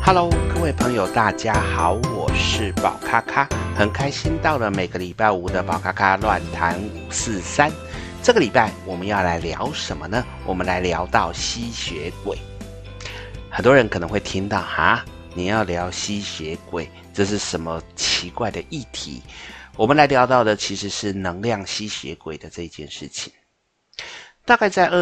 Hello，各位朋友，大家好，我是宝咖咖，很开心到了每个礼拜五的宝咖咖乱谈543。这个礼拜我们要来聊什么呢？我们来聊到吸血鬼。很多人可能会听到你要聊吸血鬼，这是什么奇怪的议题？我们来聊到的其实是能量吸血鬼的这件事情。大概在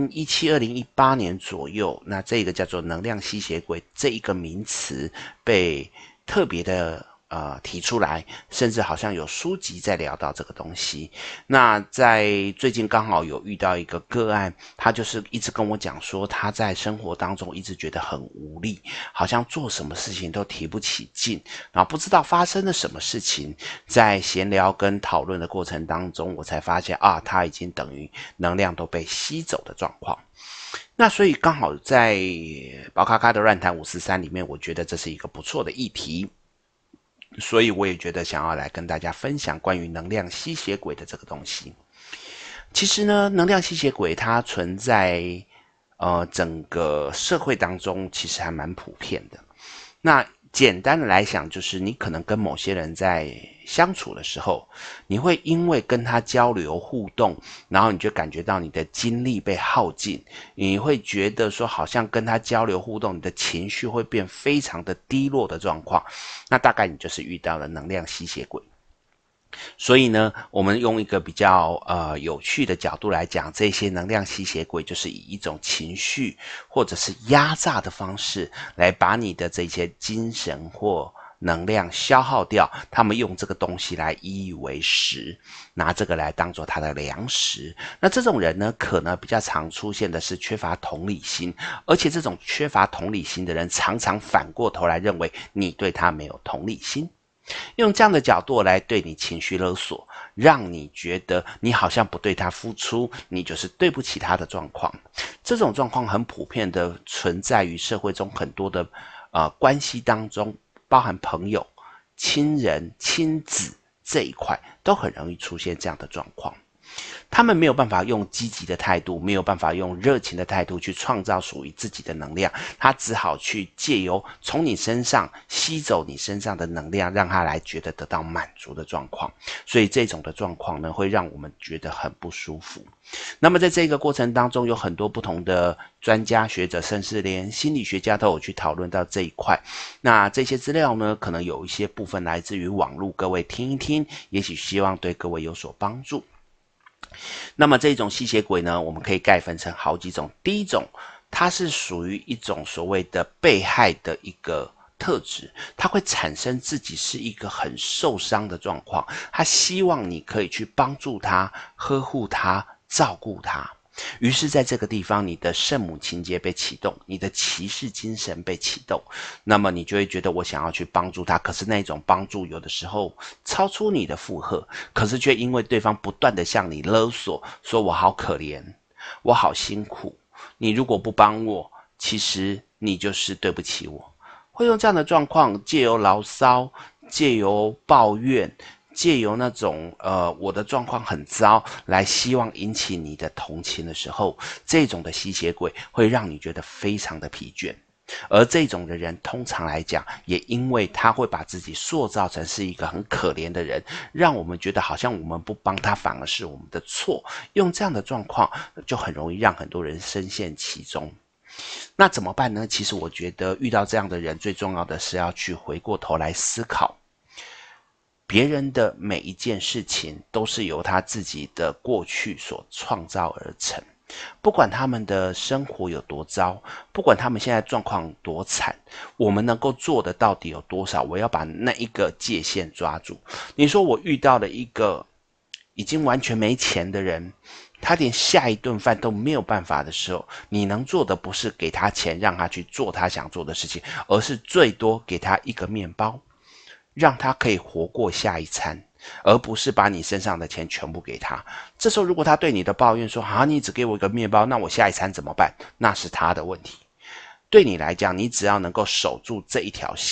2017、2018年左右，那这个叫做能量吸血鬼这一个名词被特别的提出来，甚至好像有书籍在聊到这个东西。那在最近刚好有遇到一个个案，他就是一直跟我讲说，他在生活当中一直觉得很无力，好像做什么事情都提不起劲，然后不知道发生了什么事情。在闲聊跟讨论的过程当中，我才发现他已经等于能量都被吸走的状况。那所以刚好在宝咖咖的乱谈543里面，我觉得这是一个不错的议题。所以我也觉得想要来跟大家分享关于能量吸血鬼的这个东西。其实呢，能量吸血鬼它存在整个社会当中其实还蛮普遍的。那简单的来讲，就是你可能跟某些人在相处的时候，你会因为跟他交流互动，然后你就感觉到你的精力被耗尽，你会觉得说好像跟他交流互动，你的情绪会变非常的低落的状况，那大概你就是遇到了能量吸血鬼。所以呢，我们用一个比较有趣的角度来讲，这些能量吸血鬼就是以一种情绪或者是压榨的方式来把你的这些精神或能量消耗掉，他们用这个东西来以为食，拿这个来当做他的粮食。那这种人呢，可能比较常出现的是缺乏同理心，而且这种缺乏同理心的人常常反过头来认为你对他没有同理心，用这样的角度来对你情绪勒索，让你觉得你好像不对他付出，你就是对不起他的状况。这种状况很普遍的存在于社会中很多的关系当中，包含朋友、亲人、亲子这一块都很容易出现这样的状况。他们没有办法用积极的态度，没有办法用热情的态度去创造属于自己的能量，他只好去借由从你身上吸走你身上的能量，让他来觉得得到满足的状况。所以这种的状况呢，会让我们觉得很不舒服。那么在这个过程当中，有很多不同的专家学者，甚至连心理学家都有去讨论到这一块。那这些资料呢，可能有一些部分来自于网络，各位听一听，也许希望对各位有所帮助。那么这种吸血鬼呢，我们可以概分成好几种。第一种，它是属于一种所谓的被害的一个特质，它会产生自己是一个很受伤的状况，他希望你可以去帮助他、呵护他、照顾他。于是在这个地方，你的圣母情节被启动，你的骑士精神被启动，那么你就会觉得我想要去帮助他，可是那种帮助有的时候超出你的负荷，可是却因为对方不断的向你勒索，说我好可怜，我好辛苦，你如果不帮我，其实你就是对不起我。会用这样的状况，借由牢骚，借由抱怨，借由那种我的状况很糟来希望引起你的同情的时候，这种的吸血鬼会让你觉得非常的疲倦。而这种的人通常来讲，也因为他会把自己塑造成是一个很可怜的人，让我们觉得好像我们不帮他反而是我们的错，用这样的状况就很容易让很多人深陷其中。那怎么办呢？其实我觉得遇到这样的人，最重要的是要去回过头来思考，别人的每一件事情都是由他自己的过去所创造而成，不管他们的生活有多糟，不管他们现在状况多惨，我们能够做的到底有多少？我要把那一个界限抓住。你说我遇到了一个已经完全没钱的人，他连下一顿饭都没有办法的时候，你能做的不是给他钱让他去做他想做的事情，而是最多给他一个面包，让他可以活过下一餐，而不是把你身上的钱全部给他。这时候如果他对你的抱怨说你只给我一个面包，那我下一餐怎么办？那是他的问题。对你来讲，你只要能够守住这一条线，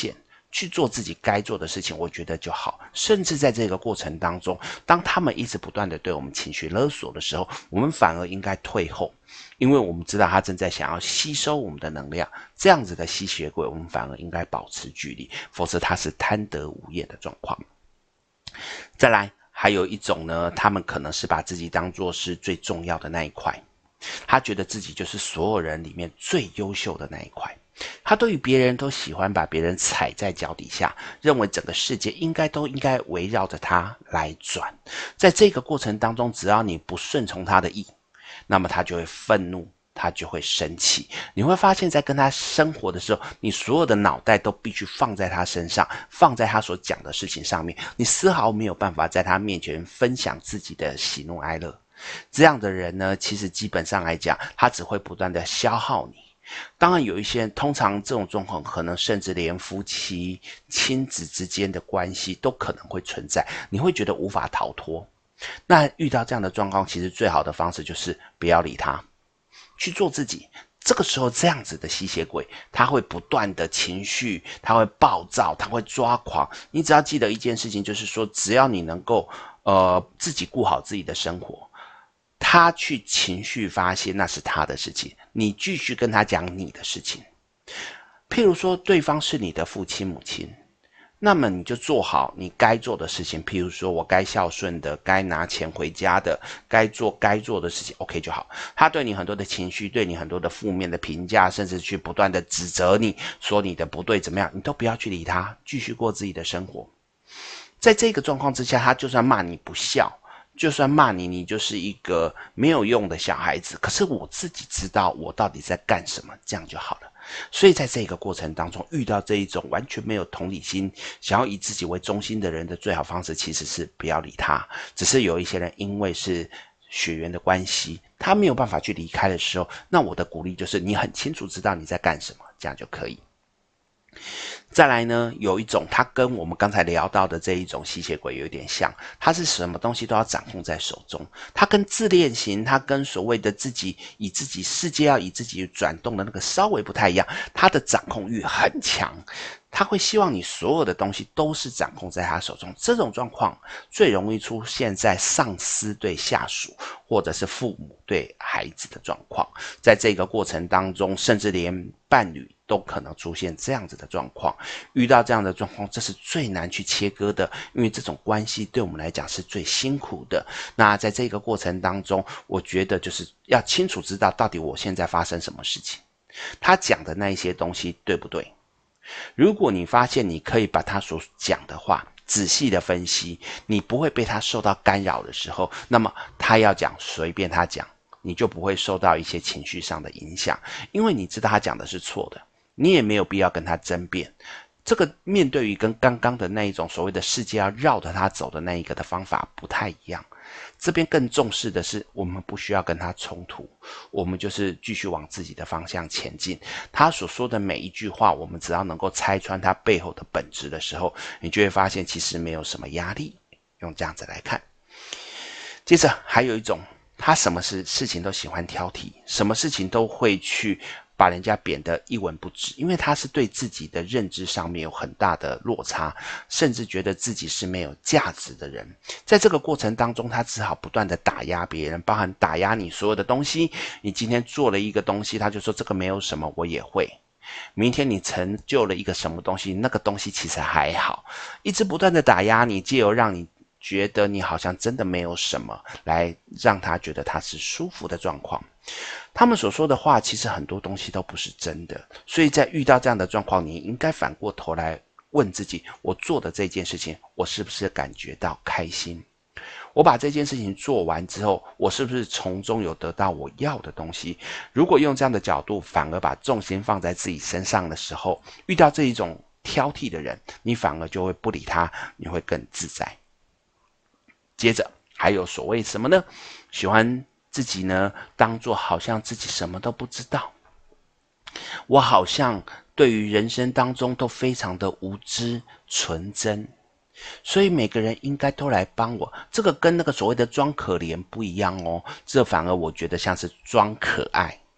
去做自己该做的事情，我觉得就好。甚至在这个过程当中，当他们一直不断的对我们情绪勒索的时候，我们反而应该退后，因为我们知道他正在想要吸收我们的能量，这样子的吸血鬼，我们反而应该保持距离，否则他是贪得无厌的状况。再来，还有一种呢，他们可能是把自己当作是最重要的那一块，他觉得自己就是所有人里面最优秀的那一块。他对于别人都喜欢把别人踩在脚底下，认为整个世界应该围绕着他来转。在这个过程当中，只要你不顺从他的意，那么他就会愤怒，他就会生气。你会发现在跟他生活的时候，你所有的脑袋都必须放在他身上，放在他所讲的事情上面，你丝毫没有办法在他面前分享自己的喜怒哀乐。这样的人呢，其实基本上来讲，他只会不断的消耗你。当然有一些人，通常这种状况可能甚至连夫妻亲子之间的关系都可能会存在，你会觉得无法逃脱。那遇到这样的状况，其实最好的方式就是不要理他，去做自己。这个时候这样子的吸血鬼，他会不断的情绪，他会暴躁，他会抓狂。你只要记得一件事情，就是说只要你能够自己顾好自己的生活，他去情绪发泄那是他的事情，你继续跟他讲你的事情。譬如说对方是你的父亲母亲，那么你就做好你该做的事情，譬如说我该孝顺的，该拿钱回家的，该做的事情 OK 就好。他对你很多的情绪，对你很多的负面的评价，甚至去不断的指责你，说你的不对怎么样，你都不要去理他，继续过自己的生活。在这个状况之下，他就算骂你不孝，就算骂你，你就是一个没有用的小孩子，可是我自己知道我到底在干什么，这样就好了。所以在这个过程当中，遇到这一种完全没有同理心，想要以自己为中心的人的最好方式，其实是不要理他。只是有一些人因为是血缘的关系，他没有办法去离开的时候，那我的鼓励就是你很清楚知道你在干什么，这样就可以。再来呢，有一种他跟我们刚才聊到的这一种吸血鬼有点像，他是什么东西都要掌控在手中，他跟自恋型，他跟所谓的世界要以自己转动的那个稍微不太一样，他的掌控欲很强，他会希望你所有的东西都是掌控在他手中。这种状况最容易出现在上司对下属，或者是父母对孩子的状况。在这个过程当中，甚至连伴侣都可能出现这样子的状况。遇到这样的状况，这是最难去切割的，因为这种关系对我们来讲是最辛苦的。那在这个过程当中，我觉得就是要清楚知道到底我现在发生什么事情，他讲的那一些东西对不对。如果你发现你可以把他所讲的话仔细的分析，你不会被他受到干扰的时候，那么他要讲随便他讲，你就不会受到一些情绪上的影响，因为你知道他讲的是错的，你也没有必要跟他争辩。这个面对于跟刚刚的那一种所谓的世界要绕着他走的那一个的方法不太一样，这边更重视的是我们不需要跟他冲突，我们就是继续往自己的方向前进。他所说的每一句话，我们只要能够拆穿他背后的本质的时候，你就会发现其实没有什么压力。用这样子来看。接着还有一种，他什么事情都喜欢挑剔，什么事情都会去把人家贬得一文不值，因为他是对自己的认知上面有很大的落差，甚至觉得自己是没有价值的人。在这个过程当中，他只好不断的打压别人，包含打压你所有的东西。你今天做了一个东西，他就说这个没有什么，我也会。明天你成就了一个什么东西，那个东西其实还好，一直不断的打压你，藉由让你觉得你好像真的没有什么，来让他觉得他是舒服的状况。他们所说的话其实很多东西都不是真的，所以在遇到这样的状况，你应该反过头来问自己，我做的这件事情我是不是感觉到开心，我把这件事情做完之后，我是不是从中有得到我要的东西。如果用这样的角度反而把重心放在自己身上的时候，遇到这一种挑剔的人，你反而就会不理他，你会更自在。接着还有所谓什么呢？喜欢自己呢当作好像自己什么都不知道，我好像对于人生当中都非常的无知纯真，所以每个人应该都来帮我。这个跟那个所谓的装可怜不一样哦，这反而我觉得像是装可爱。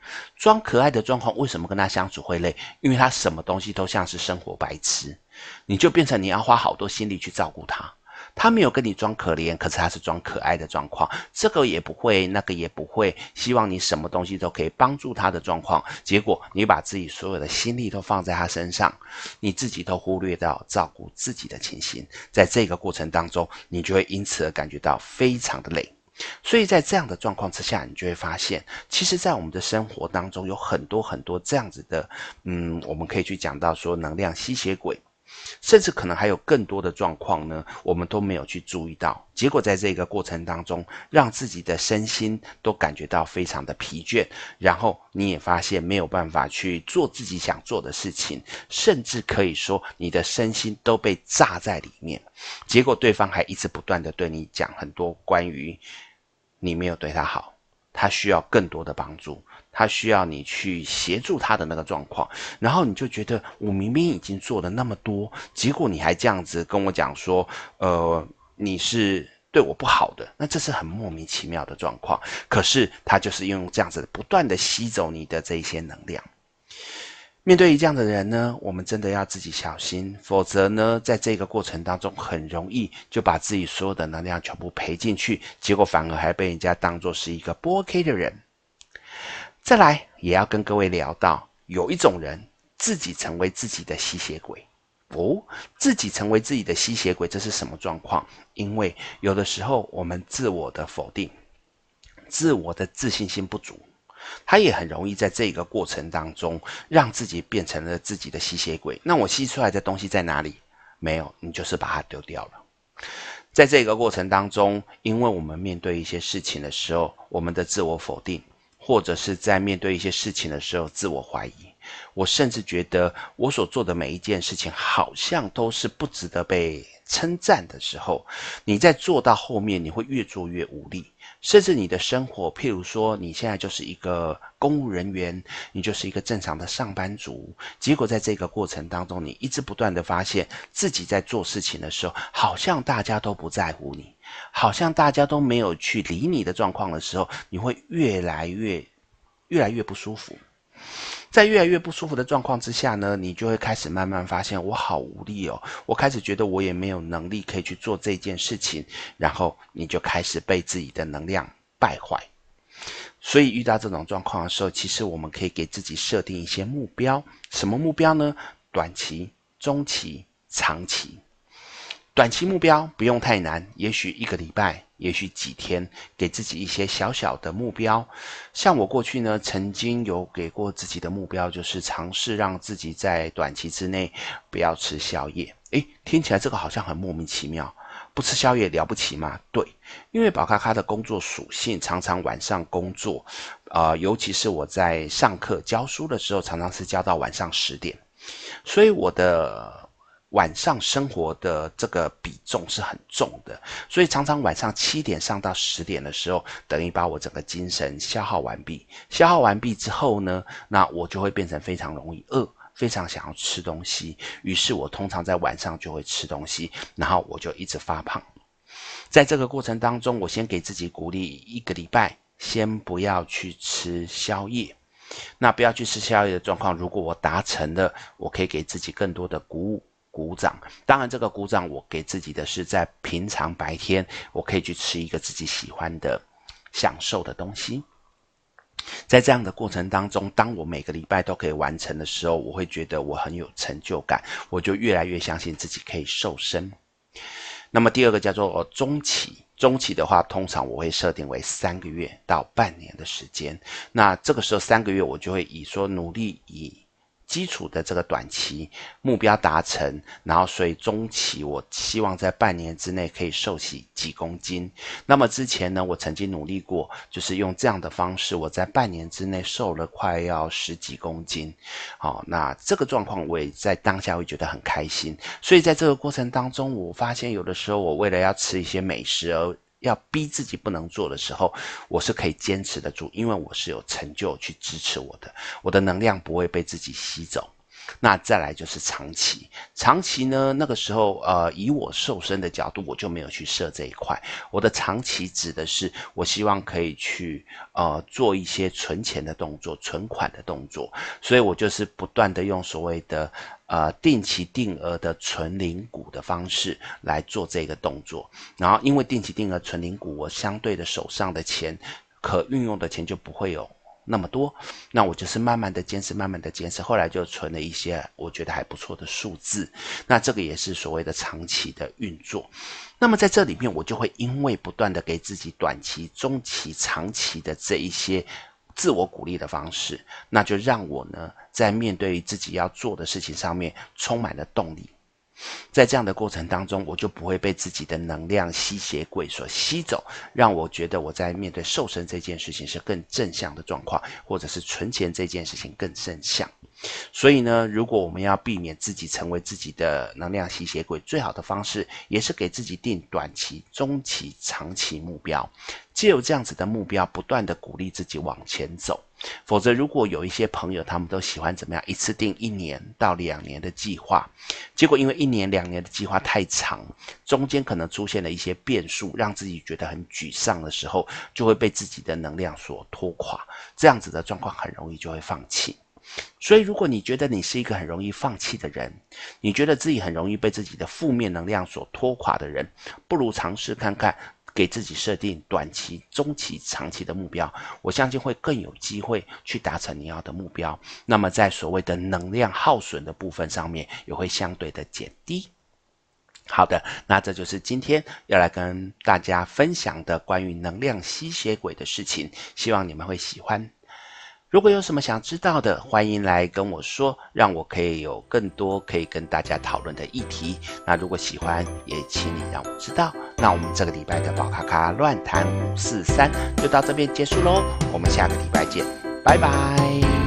装可爱的状况为什么跟他相处会累？因为他什么东西都像是生活白痴，你就变成你要花好多心力去照顾他。他没有跟你装可怜，可是他是装可爱的状况，这个也不会，那个也不会，希望你什么东西都可以帮助他的状况，结果你把自己所有的心力都放在他身上，你自己都忽略到照顾自己的情形，在这个过程当中，你就会因此而感觉到非常的累。所以在这样的状况之下，你就会发现，其实在我们的生活当中有很多很多这样子的，我们可以去讲到说能量吸血鬼，甚至可能还有更多的状况呢，我们都没有去注意到，结果在这个过程当中，让自己的身心都感觉到非常的疲倦，然后你也发现没有办法去做自己想做的事情，甚至可以说你的身心都被炸在里面，结果对方还一直不断的对你讲很多关于你没有对他好，他需要更多的帮助，他需要你去协助他的那个状况，然后你就觉得我明明已经做了那么多，结果你还这样子跟我讲说，你是对我不好的，那这是很莫名其妙的状况。可是他就是用这样子不断的吸走你的这一些能量。面对于这样的人呢，我们真的要自己小心，否则呢，在这个过程当中很容易就把自己所有的能量全部赔进去，结果反而还被人家当作是一个不 OK 的人。再来也要跟各位聊到，有一种人自己成为自己的吸血鬼。自己成为自己的吸血鬼，这是什么状况？因为有的时候我们自我的否定，自我的自信心不足，他也很容易在这个过程当中让自己变成了自己的吸血鬼。那我吸出来的东西在哪里？没有，你就是把它丢掉了。在这个过程当中，因为我们面对一些事情的时候，我们的自我否定，或者是在面对一些事情的时候自我怀疑，我甚至觉得我所做的每一件事情好像都是不值得被称赞的时候，你在做到后面你会越做越无力，甚至你的生活，譬如说你现在就是一个公务人员，你就是一个正常的上班族，结果在这个过程当中，你一直不断的发现自己在做事情的时候，好像大家都不在乎你，好像大家都没有去理你的状况的时候，你会越来越不舒服。在越来越不舒服的状况之下呢，你就会开始慢慢发现我好无力哦，我开始觉得我也没有能力可以去做这件事情，然后你就开始被自己的能量败坏。所以遇到这种状况的时候，其实我们可以给自己设定一些目标。什么目标呢？短期、中期、长期。短期目标不用太难，也许1个礼拜，也许几天，给自己一些小小的目标。像我过去呢，曾经有给过自己的目标，就是尝试让自己在短期之内不要吃宵夜。听起来这个好像很莫名其妙，不吃宵夜了不起吗？对，因为宝咖咖的工作属性常常晚上工作，尤其是我在上课教书的时候，常常是教到晚上10点，所以我的晚上生活的这个比重是很重的，所以常常晚上7点上到10点的时候，等于把我整个精神消耗完毕。消耗完毕之后呢，那我就会变成非常容易饿，非常想要吃东西，于是我通常在晚上就会吃东西，然后我就一直发胖。在这个过程当中，我先给自己鼓励1个礼拜，先不要去吃宵夜。那不要去吃宵夜的状况，如果我达成了，我可以给自己更多的鼓掌。当然这个鼓掌我给自己的是在平常白天我可以去吃一个自己喜欢的享受的东西。在这样的过程当中，当我每个礼拜都可以完成的时候，我会觉得我很有成就感，我就越来越相信自己可以瘦身。那么第二个叫做中期，中期的话通常我会设定为3个月到半年的时间。那这个时候3个月我就会以说努力以基础的这个短期目标达成，然后所以中期我希望在半年之内可以瘦几公斤。那么之前呢，我曾经努力过，就是用这样的方式，我在半年之内瘦了快要10几公斤。那这个状况我也在当下会觉得很开心。所以在这个过程当中，我发现有的时候我为了要吃一些美食而要逼自己不能做的时候，我是可以坚持得住，因为我是有成就去支持我的能量不会被自己吸走。 那再来就是长期，长期呢，那个时候以我瘦身的角度，我就没有去设这一块。我的长期指的是，我希望可以去做一些存钱的动作、存款的动作，所以我就是不断的用所谓的定期定额的存零股的方式来做这个动作。然后因为定期定额存零股，我相对的手上的钱可运用的钱就不会有那么多，那我就是慢慢的坚持，慢慢的坚持，后来就存了一些我觉得还不错的数字。那这个也是所谓的长期的运作。那么在这里面，我就会因为不断的给自己短期、中期、长期的这一些自我鼓励的方式，那就让我呢在面对于自己要做的事情上面充满了动力。在这样的过程当中，我就不会被自己的能量吸血鬼所吸走，让我觉得我在面对瘦身这件事情是更正向的状况，或者是存钱这件事情更正向。所以呢，如果我们要避免自己成为自己的能量吸血鬼，最好的方式也是给自己定短期、中期、长期目标，藉由这样子的目标，不断的鼓励自己往前走。否则，如果有一些朋友他们都喜欢怎么样，一次定1年到2年的计划，结果因为1年2年的计划太长，中间可能出现了一些变数，让自己觉得很沮丧的时候，就会被自己的能量所拖垮，这样子的状况很容易就会放弃。所以如果你觉得你是一个很容易放弃的人，你觉得自己很容易被自己的负面能量所拖垮的人，不如尝试看看给自己设定短期、中期、长期的目标，我相信会更有机会去达成你要的目标。那么在所谓的能量耗损的部分上面，也会相对的减低。好的，那这就是今天要来跟大家分享的关于能量吸血鬼的事情，希望你们会喜欢。如果有什么想知道的，欢迎来跟我说，让我可以有更多可以跟大家讨论的议题。那如果喜欢，也请你让我知道。那我们这个礼拜的宝咖咖乱谈543就到这边结束咯，我们下个礼拜见，拜拜。